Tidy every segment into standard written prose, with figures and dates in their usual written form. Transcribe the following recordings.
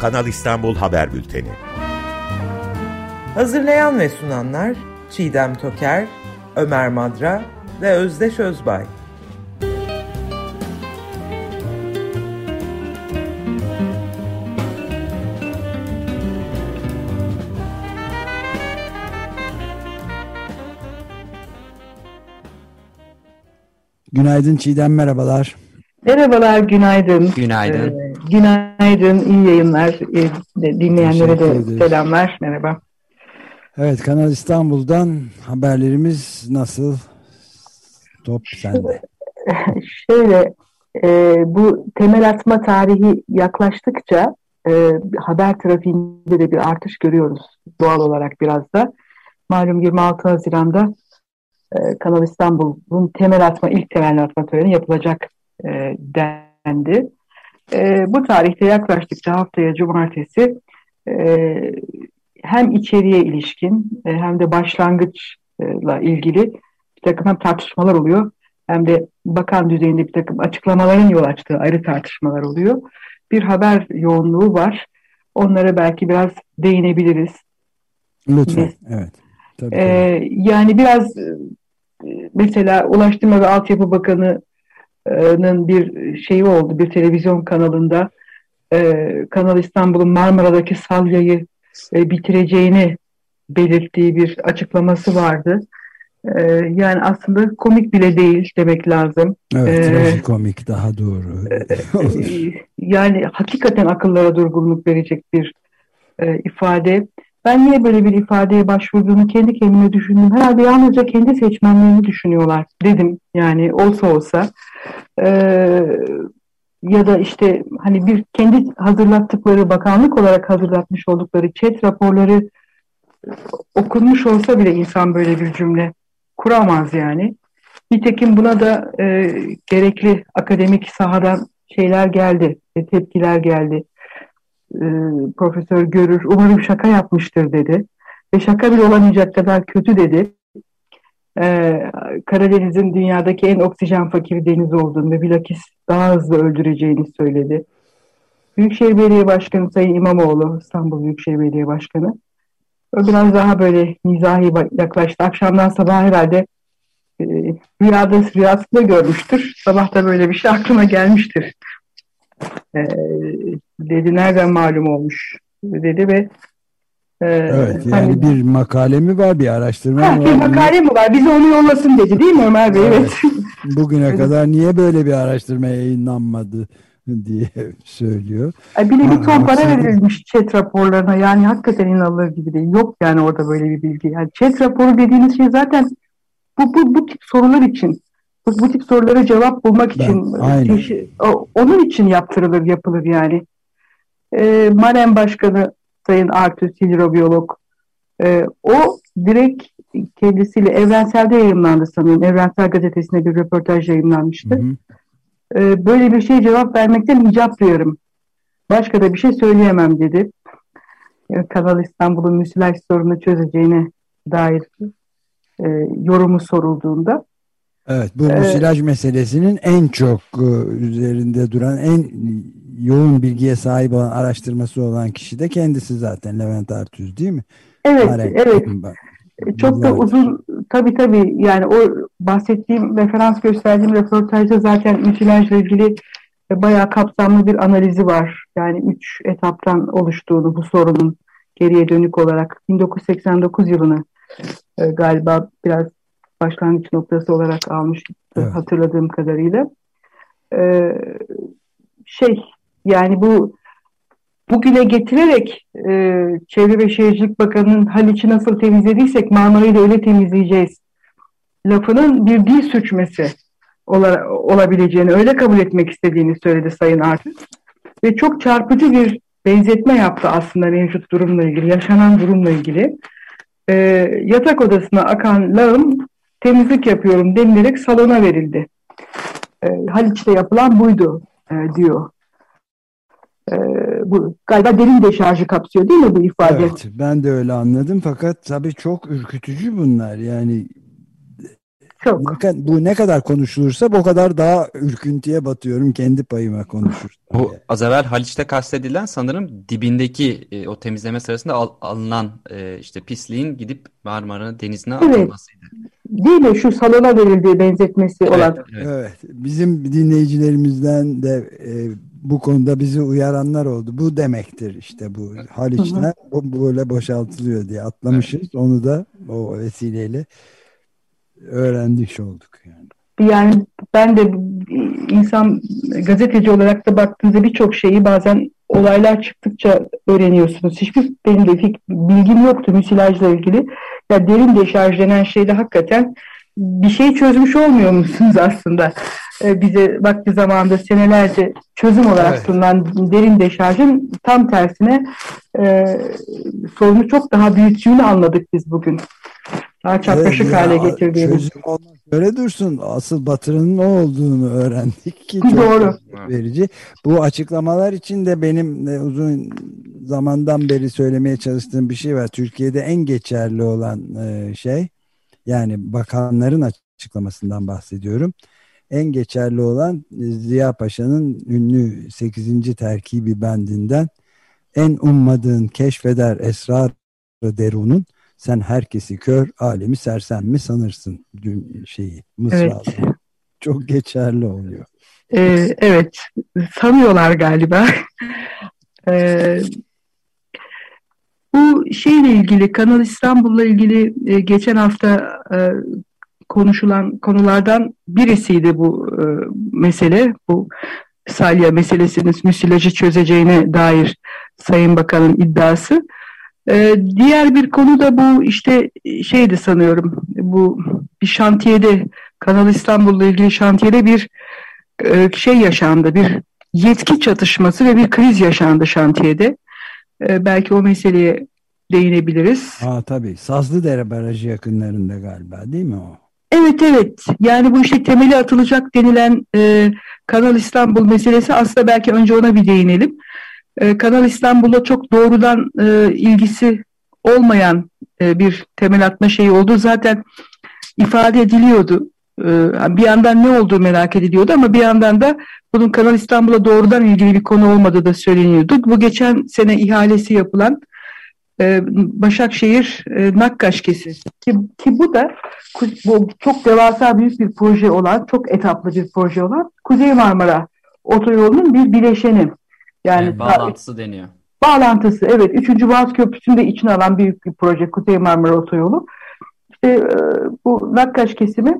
Kanal İstanbul Haber Bülteni. Hazırlayan ve sunanlar Çiğdem Toker, Ömer Madra ve Özdeş Özbay. Günaydın Çiğdem, merhabalar. Merhabalar, günaydın. Günaydın. Günaydın, iyi yayınlar. Dinleyenlere de selamlar, merhaba. Evet, Kanal İstanbul'dan haberlerimiz nasıl? Top sende. Şöyle, bu temel atma tarihi yaklaştıkça haber trafiğinde de bir artış görüyoruz doğal olarak biraz da. Malum 26 Haziran'da Kanal İstanbul'un ilk temel atma töreni yapılacak dendi. Bu tarihte yaklaştıkça haftaya cumartesi hem içeriye ilişkin hem de başlangıçla ilgili bir takım hem tartışmalar oluyor hem de bakan düzeyinde bir takım açıklamaların yol açtığı ayrı tartışmalar oluyor. Bir haber yoğunluğu var. Onlara belki biraz değinebiliriz. Lütfen. Evet. Tabii. Yani biraz mesela Ulaştırma ve Altyapı Bakanı'nın bir şeyi oldu. Bir televizyon kanalında Kanal İstanbul'un Marmara'daki salyayı bitireceğini belirttiği bir açıklaması vardı. Yani aslında komik bile değil demek lazım. Evet, trajikomik daha doğru. Yani hakikaten akıllara durgunluk verecek bir ifade. Ben niye böyle bir ifadeye başvurduğunu kendi kendime düşündüm. Herhalde yalnızca kendi seçmenlerini düşünüyorlar dedim. Yani olsa. Ya da işte hani bir kendi hazırlattıkları, bakanlık olarak hazırlatmış oldukları chat raporları okunmuş olsa bile insan böyle bir cümle kuramaz yani. Nitekim buna da gerekli akademik sahadan şeyler geldi, tepkiler geldi. Profesör Görür, umarım şaka yapmıştır dedi. Ve şaka bile olamayacak kadar kötü dedi. Karadeniz'in dünyadaki en oksijen fakiri deniz olduğunu ve bilakis daha hızlı öldüreceğini söyledi. Büyükşehir Belediye Başkanı Sayın İmamoğlu, İstanbul Büyükşehir Belediye Başkanı, o biraz daha böyle mizahi yaklaştı. Akşamdan sabah herhalde rüyasında görmüştür. Sabah da böyle bir şey aklına gelmiştir. Dedi, nereden malum olmuş dedi ve evet, yani bir makale mi var, bir araştırma mı var? Bir makale mi var? Bize onu yollasın dedi değil mi Ömer Bey? Evet. Bugüne kadar niye böyle bir araştırma yayınlanmadı diye söylüyor. Bir de bir ton para verilmiş chat raporlarına, yani hakikaten inanılır gibi değil. Yok yani orada böyle bir bilgi. Yani chat raporu dediğiniz şey zaten bu tip sorular için, bu tip sorulara cevap bulmak için, onun için yapılır yani. MAREM Başkanı Sayın Artüs hidrobiyolog, o direkt kendisiyle Evrensel'de yayınlandı sanıyorum. Evrensel Gazetesi'nde bir röportaj yayınlanmıştı. Böyle bir şeye cevap vermekten icap duyarım. Başka da bir şey söyleyemem dedi. Kanal İstanbul'un müsilaj sorunu çözeceğine dair yorumu sorulduğunda. Evet, bu müsilaj meselesinin en çok üzerinde duran, en yoğun bilgiye sahip olan, araştırması olan kişi de kendisi zaten, Levent Artüz değil mi? Evet, evet. Çok da uzun, tabii yani o bahsettiğim, referans gösterdiğim röportajda zaten müsilajla ilgili bayağı kapsamlı bir analizi var. Yani 3 etaptan oluştuğunu bu sorunun geriye dönük olarak 1989 yılını galiba biraz başlangıç noktası olarak almış, evet, hatırladığım kadarıyla. Yani bugüne getirerek Çevre ve Şehircilik Bakanı'nın Haliç'i nasıl temizlediysek Marmara'yı da öyle temizleyeceğiz lafının bir dil sürçmesi olabileceğini, öyle kabul etmek istediğini söyledi Sayın Artüz. Ve çok çarpıcı bir benzetme yaptı aslında mevcut durumla ilgili, yaşanan durumla ilgili. Yatak odasına akan lağım temizlik yapıyorum denilerek salona verildi. Haliç'te yapılan buydu diyor. Bu galiba derin deşarjı kapsıyor değil mi bu ifade? Evet, ben de öyle anladım, fakat tabii çok ürkütücü bunlar yani. Çok. Bu ne kadar konuşulursa o kadar daha ürküntüye batıyorum kendi payıma konuşursam. Bu az evvel Haliç'te kastedilen sanırım dibindeki o temizleme sırasında alınan işte pisliğin gidip Marmara Denizi'ne atılmasıydı. Değil mi? Şu salona verildiği benzetmesi olan. Evet. Bizim dinleyicilerimizden de bu konuda bizi uyaranlar oldu. Bu demektir işte bu Haliç'ten böyle boşaltılıyor diye atlamışız. Evet. Onu da o vesileyle öğrenmiş olduk yani. Yani ben de insan gazeteci olarak da baktığınızda birçok şeyi bazen olaylar çıktıkça öğreniyorsunuz. Hiçbir benim de bilgim yoktu müsilajla ilgili. Ya derin deşarj denen şeyde hakikaten bir şey çözmüş olmuyor musunuz aslında? Bize vakti zamanında senelerce çözüm olarak sunulan derin deşarjın tam tersine sorunu çok daha büyüttüğünü anladık biz bugün. Daha çapraşık hale getirdiğimiz. Çözüm olmaz. Öyle dursun. Asıl batırının o olduğunu öğrendik ki çok doğru verici. Bu açıklamalar için de benim uzun zamandan beri söylemeye çalıştığım bir şey var. Türkiye'de en geçerli olan şey, yani bakanların açıklamasından bahsediyorum. En geçerli olan Ziya Paşa'nın ünlü 8. terkibi bendinden en ummadığın keşfeder esrar derunun sen herkesi kör, alemi sersem mi sanırsın şeyi. Mısra'da. Evet. Çok geçerli oluyor. Evet. Sanıyorlar galiba. Bu şeyle ilgili, Kanal İstanbul'la ilgili geçen hafta konuşulan konulardan birisiydi bu mesele. Bu salya meselesinin müsilajı çözeceğine dair Sayın Bakan'ın iddiası. Diğer bir konu da bu işte şeydi sanıyorum, bu bir şantiyede, Kanal İstanbul'la ilgili şantiyede bir şey yaşandı, bir yetki çatışması ve bir kriz yaşandı şantiyede. Belki o meseleye değinebiliriz. Tabii, Sazlıdere Barajı yakınlarında galiba, değil mi o? Evet. Yani bu işte temeli atılacak denilen Kanal İstanbul meselesi, aslında belki önce ona bir değinelim. Kanal İstanbul'la çok doğrudan ilgisi olmayan bir temel atma şeyi oldu. Zaten ifade ediliyordu. Bir yandan ne olduğu merak ediliyordu ama bir yandan da bunun Kanal İstanbul'a doğrudan ilgili bir konu olmadığı da söyleniyordu. Bu geçen sene ihalesi yapılan Başakşehir Nakkaşkesi ki bu da bu çok devasa büyük bir proje olan, çok etaplı bir proje olan Kuzey Marmara Otoyolu'nun bir bileşeni. Yani bağlantısı deniyor. Bağlantısı, evet. 3. Boğaz Köprüsü'nü de içine alan büyük bir proje Kuzey Marmara Otoyolu. İşte bu Nakkaş kesimi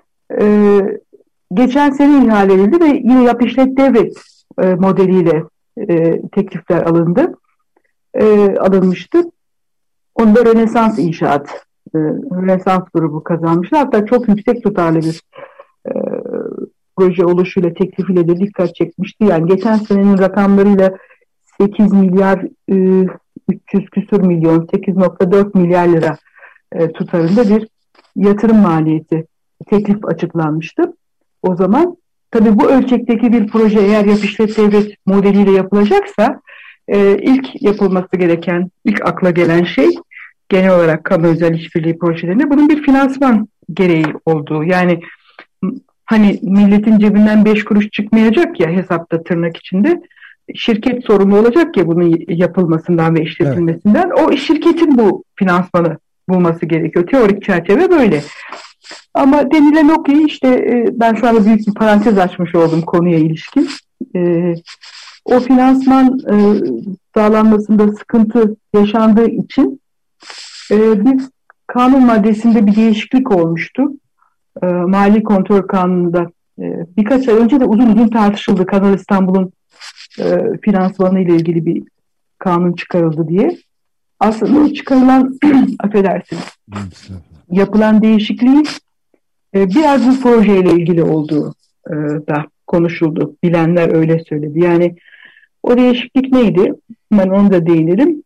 geçen sene ihale edildi ve yine yap işlet devret modeliyle teklifler alınmıştı. Onu da Rönesans İnşaat, Rönesans grubu kazanmıştı. Hatta çok yüksek tutarlı bir proje oluşuyla, teklifiyle de dikkat çekmişti. Yani geçen senenin rakamlarıyla 8 milyar 300 küsur milyon, 8,4 milyar lira tutarında bir yatırım maliyeti teklif açıklanmıştı. O zaman tabii bu ölçekteki bir proje eğer yap işlet devret modeliyle yapılacaksa ilk yapılması gereken, ilk akla gelen şey genel olarak kamu özel işbirliği projelerinde bunun bir finansman gereği olduğu. Yani hani milletin cebinden 5 kuruş çıkmayacak ya hesapta, tırnak içinde. Şirket sorumlu olacak ya bunun yapılmasından ve işletilmesinden. Evet. O şirketin bu finansmanı bulması gerekiyor. Teorik çerçeve böyle. Ama denilen o ki işte ben şu anda büyük bir parantez açmış oldum konuya ilişkin. O finansman sağlanmasında sıkıntı yaşandığı için bir kanun maddesinde bir değişiklik olmuştu. Mali Kontrol Kanunu'nda birkaç ay önce de uzun tartışıldı. Kanal İstanbul'un finansmanı ile ilgili bir kanun çıkarıldı diye. Aslında o çıkarılan affedersiniz, yapılan değişikliğin biraz bu projeyle ilgili olduğu da konuşuldu. Bilenler öyle söyledi. Yani o değişiklik neydi? Ben onu da değinelim.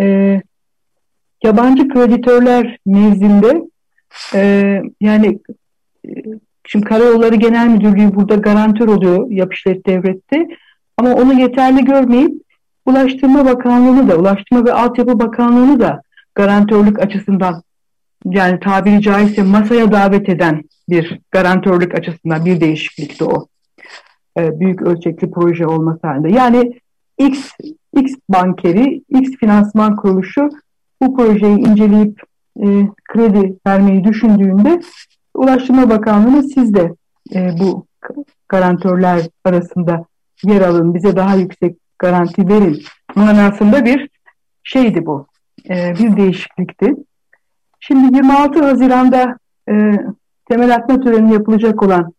Yabancı kreditörler nezdinde yani şimdi Karayolları Genel Müdürlüğü burada garantör oluyor yap işlet devlette, ama onu yeterli görmeyip Ulaştırma Bakanlığı'nı da, Ulaştırma ve Altyapı Bakanlığı'nı da garantörlük açısından yani tabiri caizse masaya davet eden bir garantörlük açısından bir değişiklikti o. Büyük ölçekli proje olması halinde. Yani X bankeri, X finansman kuruluşu bu projeyi inceleyip kredi vermeyi düşündüğünde Ulaştırma Bakanlığı'na siz de bu garantörler arasında yer alın, bize daha yüksek garanti verin manasında bir şeydi bu. Bir değişiklikti. Şimdi 26 Haziran'da temel atma töreni yapılacak olan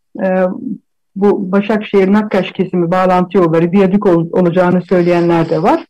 bu Başakşehir-Nakkaş kesimi bağlantı yolları viyadük olacağını söyleyenler de var.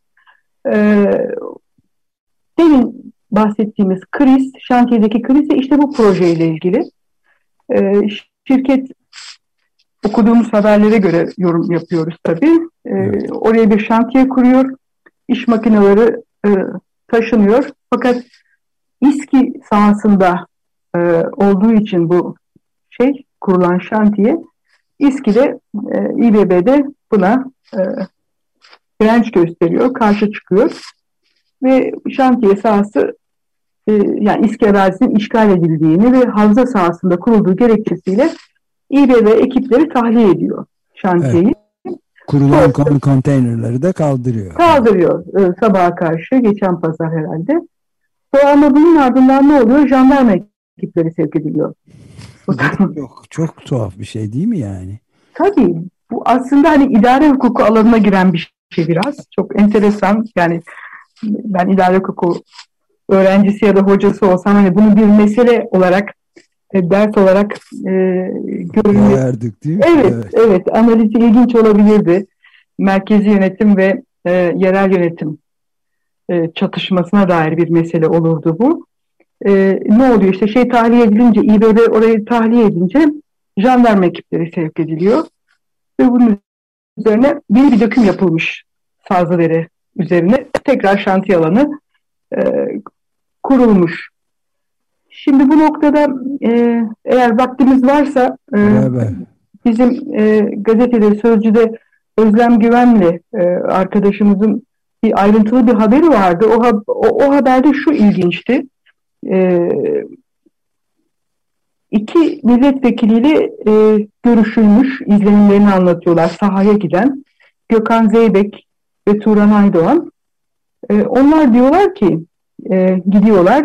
Demin bahsettiğimiz kriz, şantiyedeki kriz de işte bu projeyle ilgili. Şirket, okuduğumuz haberlere göre yorum yapıyoruz tabii. Evet. Oraya bir şantiye kuruyor. İş makineleri taşınıyor. Fakat İSKİ sahasında olduğu için bu kurulan şantiye, İSKİ'de, İBB'de buna direnç gösteriyor, karşı çıkıyor ve şantiye sahası yani İSKİ arazisinin işgal edildiğini ve havza sahasında kurulduğu gerekçesiyle İBB ekipleri tahliye ediyor şantiyeyi. Evet. Kurulan konteynerleri de kaldırıyor. Kaldırıyor sabaha karşı, geçen pazar herhalde. Ama bunun ardından ne oluyor? Jandarma ekipleri sevk ediliyor. Çok tuhaf bir şey değil mi yani? Tabii. Bu aslında hani idare hukuku alanına giren bir şey biraz. Çok enteresan. Yani ben idare hukuku öğrencisi ya da hocası olsam hani bunu bir mesele olarak, ders olarak görürdük değil mi? Evet. Analizi ilginç olabilirdi. Merkezi yönetim ve yerel yönetim çatışmasına dair bir mesele olurdu bu. Ne oluyor? İşte tahliye edilince, İBB orayı tahliye edince jandarma ekipleri sevk ediliyor. Ve bunun üzerine yeni bir döküm yapılmış Sazlıdere üzerine. Tekrar şantiye alanı kurulmuş. Şimdi bu noktada eğer vaktimiz varsa bizim gazetede, Sözcü'de Özlem Güvenli arkadaşımızın bir ayrıntılı bir haberi vardı. O haberde şu ilginçti. İki milletvekiliyle görüşülmüş, izlenimlerini anlatıyorlar sahaya giden Gökhan Zeybek ve Turan Aydoğan. Onlar diyorlar ki gidiyorlar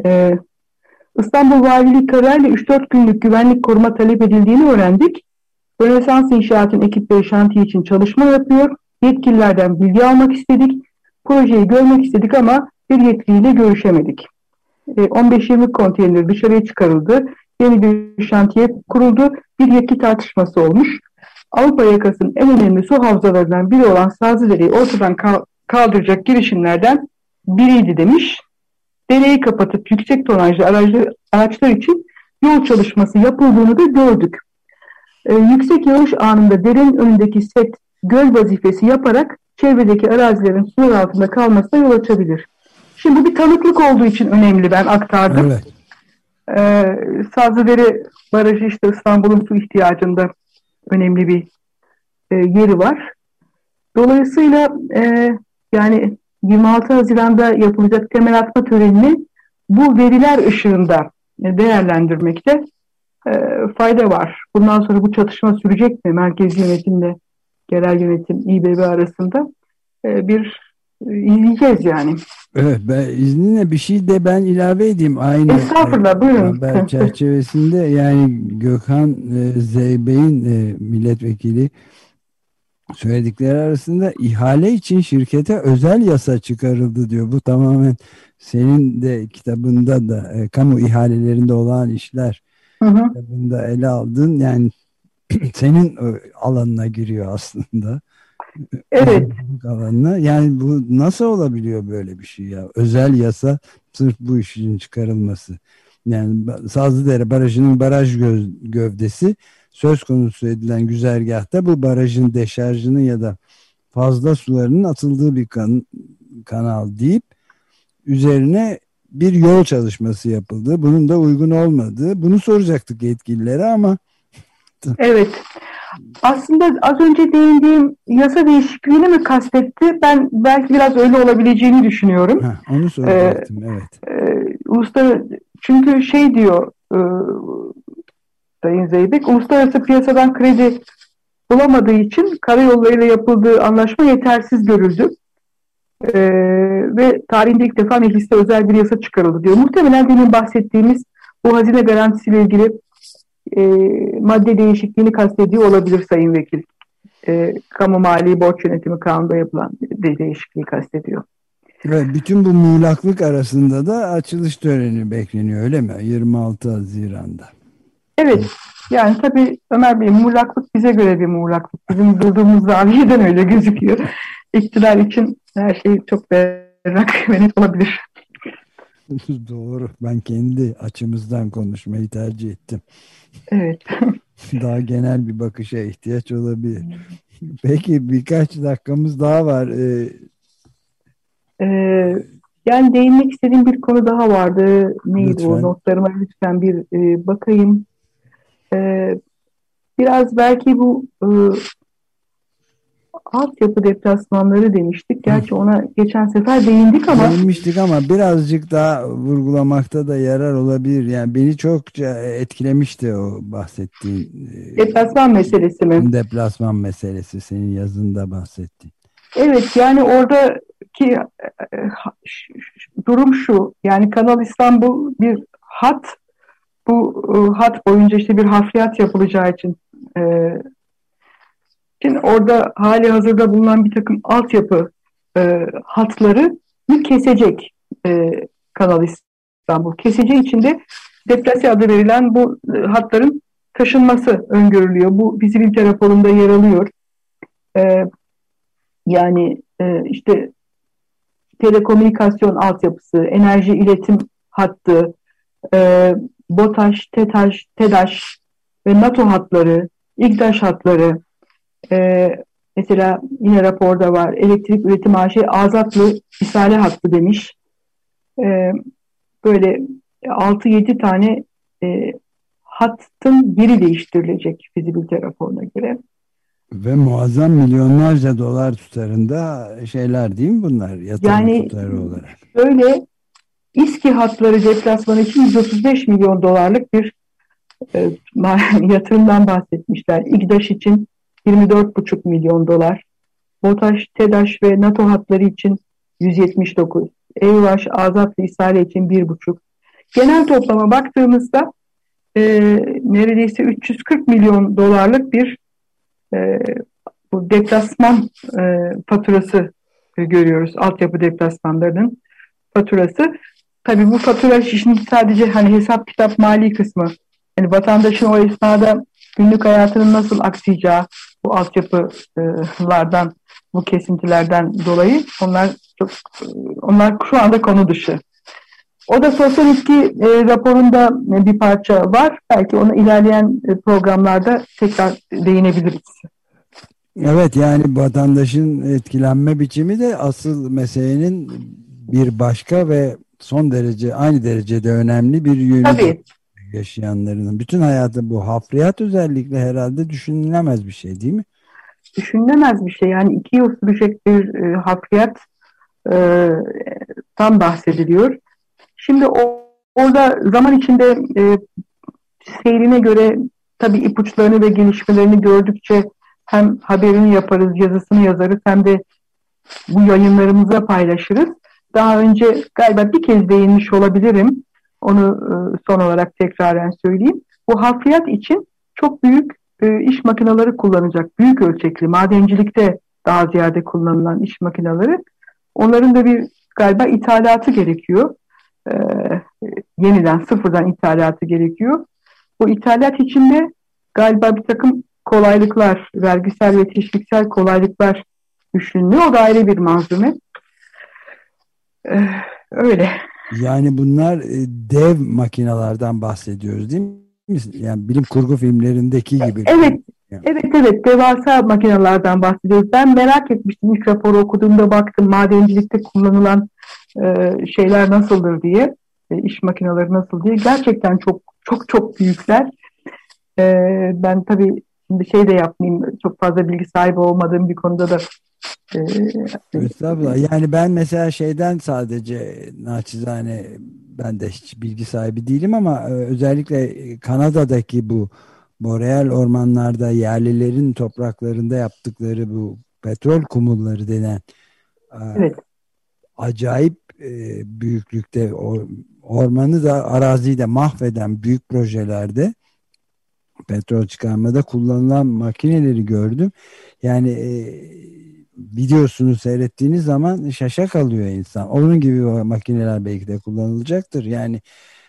İstanbul Valiliği kararıyla 3-4 günlük güvenlik koruma talep edildiğini öğrendik. Rönesans İnşaat'ın ekipleri şantiye için çalışma yapıyor. Yetkililerden bilgi almak istedik. Projeyi görmek istedik ama bir yetkiliyle görüşemedik. 15-20 konteyner dışarıya çıkarıldı. Yeni bir şantiye kuruldu. Bir yetki tartışması olmuş. Avrupa yakasının en önemli su havzalarından biri olan Sazlıdere'yi ortadan kaldıracak girişimlerden biriydi demiş. Dereyi kapatıp yüksek tonajlı araçlar için yol çalışması yapıldığını da gördük. Yüksek yağış anında derenin önündeki set göl vazifesi yaparak çevredeki arazilerin sular altında kalmasına yol açabilir. Şimdi bu bir tanıklık olduğu için önemli, ben aktardım. Evet. Sazlıdere Barajı işte İstanbul'un su ihtiyacında önemli bir yeri var. Dolayısıyla yani 26 Haziran'da yapılacak temel atma törenini bu veriler ışığında değerlendirmekte fayda var. Bundan sonra bu çatışma sürecek mi? Merkezi yönetimle yerel yönetim, İBB arasında izleyeceğiz yani. Evet, izninle bir şey de ben ilave edeyim. Aynı Estağfurullah, buyurun. haber çerçevesinde yani Gökhan Zeybek'in milletvekili söyledikleri arasında ihale için şirkete özel yasa çıkarıldı diyor. Bu tamamen senin de kitabında da kamu ihalelerinde olan işler kitabında ele aldın. Yani senin alanına giriyor aslında. Evet. Alanına. Yani bu nasıl olabiliyor böyle bir şey ya? Özel yasa sırf bu işin çıkarılması. Yani Sazlıdere Barajı'nın baraj gövdesi söz konusu edilen güzergahta bu barajın deşarjının ya da fazla sularının atıldığı bir kanal deyip üzerine bir yol çalışması yapıldı. Bunun da uygun olmadığı. Bunu soracaktık yetkililere ama evet. Aslında az önce değindiğim yasa değişikliğini mi kastetti? Ben belki biraz öyle olabileceğini düşünüyorum. Onu soracaktım, evet. çünkü şey diyor Sayın Zeybek, uluslararası piyasadan kredi bulamadığı için karayollarıyla yapıldığı anlaşma yetersiz görüldü. Ve tarihinde ilk defa mecliste özel bir yasa çıkarıldı diyor. Muhtemelen demin bahsettiğimiz bu hazine garantisiyle ilgili madde değişikliğini kastediyor olabilir Sayın Vekil. Kamu Mali Borç Yönetimi Kanunu'nda yapılan değişikliği kastediyor. Ve bütün bu muğlaklık arasında da açılış töreni bekleniyor, öyle mi? 26 Haziran'da. Evet. Yani tabii Ömer Bey, muğlaklık bize göre bir muğlaklık. Bizim durduğumuz zaviyeden öyle gözüküyor. İktidar için her şey çok berrak ve net olabilir. Doğru. Ben kendi açımızdan konuşmayı tercih ettim. Evet. Daha genel bir bakışa ihtiyaç olabilir. Peki birkaç dakikamız daha var. Yani değinmek istediğim bir konu daha vardı. Neydi Lütfen. o? Notlarıma lütfen bir bakayım. Biraz belki bu altyapı deplasmanları demiştik. Gerçi ona geçen sefer değindik ama Değinmiştik ama birazcık daha vurgulamakta da yarar olabilir. Yani beni çokça etkilemişti o bahsettiğin deplasman meselesi mi? deplasman meselesi, senin yazında bahsettiğin. Evet, yani oradaki durum şu. Yani Kanal İstanbul bir hat. Bu hat boyunca işte bir hafriyat yapılacağı için şimdi orada hali hazırda bulunan bir takım altyapı hatları kesecek Kanal İstanbul. Keseceği için de deplase adı verilen bu hatların taşınması öngörülüyor. Bu fizibilite raporunda yer alıyor. Yani işte telekomünikasyon altyapısı, enerji iletim hattı, BOTAŞ, TEDAŞ ve NATO hatları, İGDAŞ hatları, mesela yine raporda var, elektrik üretim AŞ Azatlı İsale hattı demiş. Böyle 6-7 tane hattın yeri değiştirilecek fizibilite raporuna göre. Ve muazzam milyonlarca dolar tutarında şeyler değil mi bunlar? Yatırım Yani tutarı olarak. böyle İSKİ hatları deplasmanı için 135 milyon dolarlık bir yatırımdan bahsetmişler. İGDAŞ için 24,5 milyon dolar. BOTAŞ, TEDAŞ ve NATO hatları için 179. EUAŞ, Azatlı İsale için 1,5. Genel toplama baktığımızda neredeyse 340 milyon dolarlık bir bu deplasman faturası görüyoruz. Altyapı deplasmanlarının faturası. Tabii bu fatura işinin sadece hani hesap kitap mali kısmı. Yani vatandaşın o esnada günlük hayatının nasıl aksayacağı bu altyapılardan, bu kesintilerden dolayı onlar şu anda konu dışı. O da sosyal etki raporunda bir parça var. Belki ona ilerleyen programlarda tekrar değinebiliriz. Evet, yani vatandaşın etkilenme biçimi de asıl meselenin bir başka ve son derece aynı derecede önemli bir yönü. Tabii. Yaşayanların bütün hayatı bu hafriyat özellikle herhalde düşünülemez bir şey değil mi? Düşünülemez bir şey. Yani 2 yıl sürecek bir hafriyat tam bahsediliyor. Şimdi orada zaman içinde seyrine göre tabii ipuçlarını ve gelişmelerini gördükçe hem haberini yaparız, yazısını yazarız hem de bu yayınlarımıza paylaşırız. Daha önce galiba bir kez değinmiş olabilirim. Onu son olarak tekraren söyleyeyim. Bu hafriyat için çok büyük iş makineleri kullanacak. Büyük ölçekli, madencilikte daha ziyade kullanılan iş makineleri. Onların da bir galiba ithalatı gerekiyor. Yeniden, sıfırdan ithalatı gerekiyor. Bu ithalat içinde galiba bir takım kolaylıklar, vergisel ve teşviksel kolaylıklar düşünülüyor. O da ayrı bir malzeme. Öyle. Yani bunlar dev makinelerden bahsediyoruz değil mi? Yani bilim kurgu filmlerindeki gibi. Evet. Yani. Evet. Devasa makinelerden bahsediyoruz. Ben merak etmiştim. İlk raporu okuduğumda baktım madencilikte kullanılan şeyler nasıldır diye. İş makineleri nasıl diye. Gerçekten çok büyükler. Ben tabii şimdi şey de yapmayayım. Çok fazla bilgi sahibi olmadığım bir konuda da Estağfurullah. Yani ben mesela şeyden sadece naçizane, ben de hiç bilgi sahibi değilim ama özellikle Kanada'daki bu boreal ormanlarda yerlilerin topraklarında yaptıkları bu petrol kumulları denen Evet. acayip büyüklükte ormanı da araziyi de mahveden büyük projelerde petrol çıkarmada kullanılan makineleri gördüm. Yani videosunu seyrettiğiniz zaman şaşa kalıyor insan. Onun gibi makineler belki de kullanılacaktır. Yani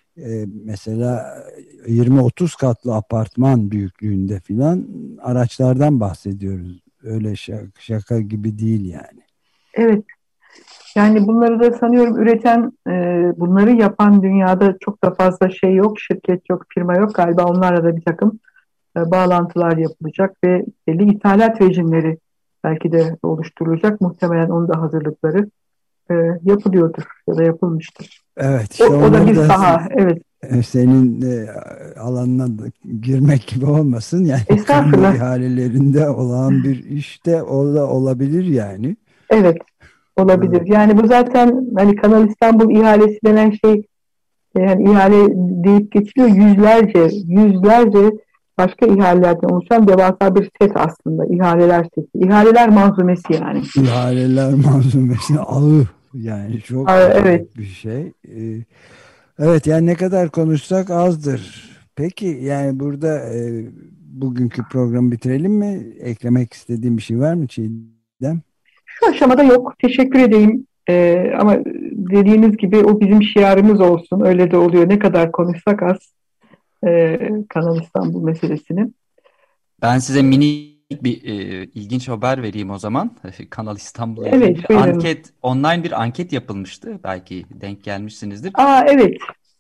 mesela 20-30 katlı apartman büyüklüğünde filan araçlardan bahsediyoruz. Öyle şaka gibi değil yani. Evet. Yani bunları da sanıyorum üreten, bunları yapan dünyada çok da fazla şey yok, şirket yok, firma yok. Galiba onlarla da bir takım bağlantılar yapılacak ve belli ithalat rejimleri belki de oluşturulacak. Muhtemelen onun da hazırlıkları yapılıyordur ya da yapılmıştır. Evet, işte o da bir saha. Evet. Senin alanına da girmek gibi olmasın. Yani Estağfurullah. ihalelerinde olan bir işte o da olabilir yani. Evet, olabilir. Evet. Yani bu zaten hani Kanal İstanbul ihalesi denen şey, yani ihale deyip geçiliyor, yüzlerce başka ihalelerden oluşan devasa bir set aslında. İhaleler seti. İhaleler manzumesi yani. İhaleler manzumesi ağı yani çok Evet. bir şey. Evet, yani ne kadar konuşsak azdır. Peki yani burada bugünkü programı bitirelim mi? Eklemek istediğim bir şey var mı Çiğdem? Şu aşamada yok. Teşekkür edeyim. Ama dediğiniz gibi o bizim şiarımız olsun. Öyle de oluyor. Ne kadar konuşsak az Kanal İstanbul meselesini. Ben size minik bir ilginç haber vereyim o zaman. Kanal İstanbul'la ilgili Evet, buyurun. online bir anket yapılmıştı. Belki denk gelmişsinizdir. Evet.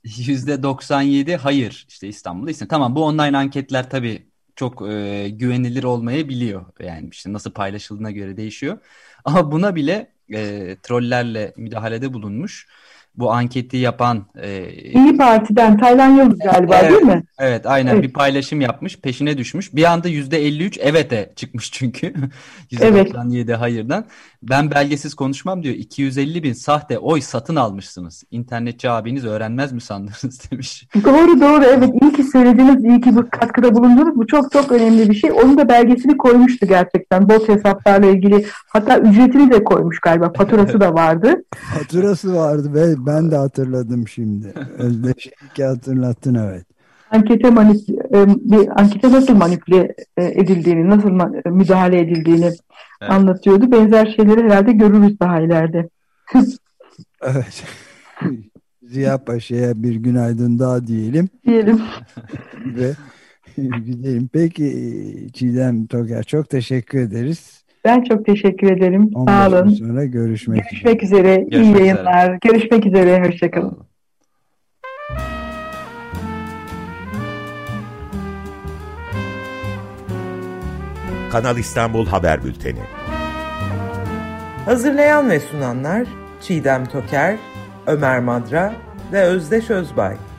%97 hayır, işte İstanbul'da isim. Tamam, bu online anketler tabii çok güvenilir olmayabiliyor. Yani işte nasıl paylaşıldığına göre değişiyor. Ama buna bile trollerle müdahalede bulunmuş. Bu anketi yapan İyi Parti'den Taylan Yıldız galiba, evet, değil mi? evet, aynen Evet. bir paylaşım yapmış, peşine düşmüş. Bir anda %53 evet'e çıkmış çünkü. Evet. %97 hayırdan. Ben belgesiz konuşmam diyor. 250 bin sahte oy satın almışsınız. İnternetçi abiniz öğrenmez mi sandınız demiş. Doğru, evet, iyi ki söylediniz, iyi ki bu katkıda bulundunuz. Bu çok çok önemli bir şey. Onun da belgesini koymuştu gerçekten. Bot hesaplarla ilgili, hatta ücretini de koymuş galiba. Faturası da vardı. Faturası vardı ve ben de hatırladım şimdi. Özdeş ki hatırlattın, evet. Ankete nasıl manipüle edildiğini, nasıl müdahale edildiğini Evet. anlatıyordu. Benzer şeyleri herhalde görürüz daha ileride. Evet. Ziya Paşa'ya bir günaydın daha diyelim. Diyelim. Ve gidelim. Peki Çiğdem Toker, çok teşekkür ederiz. Ben çok teşekkür ederim. 15 Sağ gün olun. sonra görüşmek Görüşmek üzere. İyi Görüşmek üzere. yayınlar. Görüşmek üzere. Hoşçakalın. Kanal İstanbul Haber Bülteni. Hazırlayan ve sunanlar Çiğdem Toker, Ömer Madra ve Özdeş Özbay.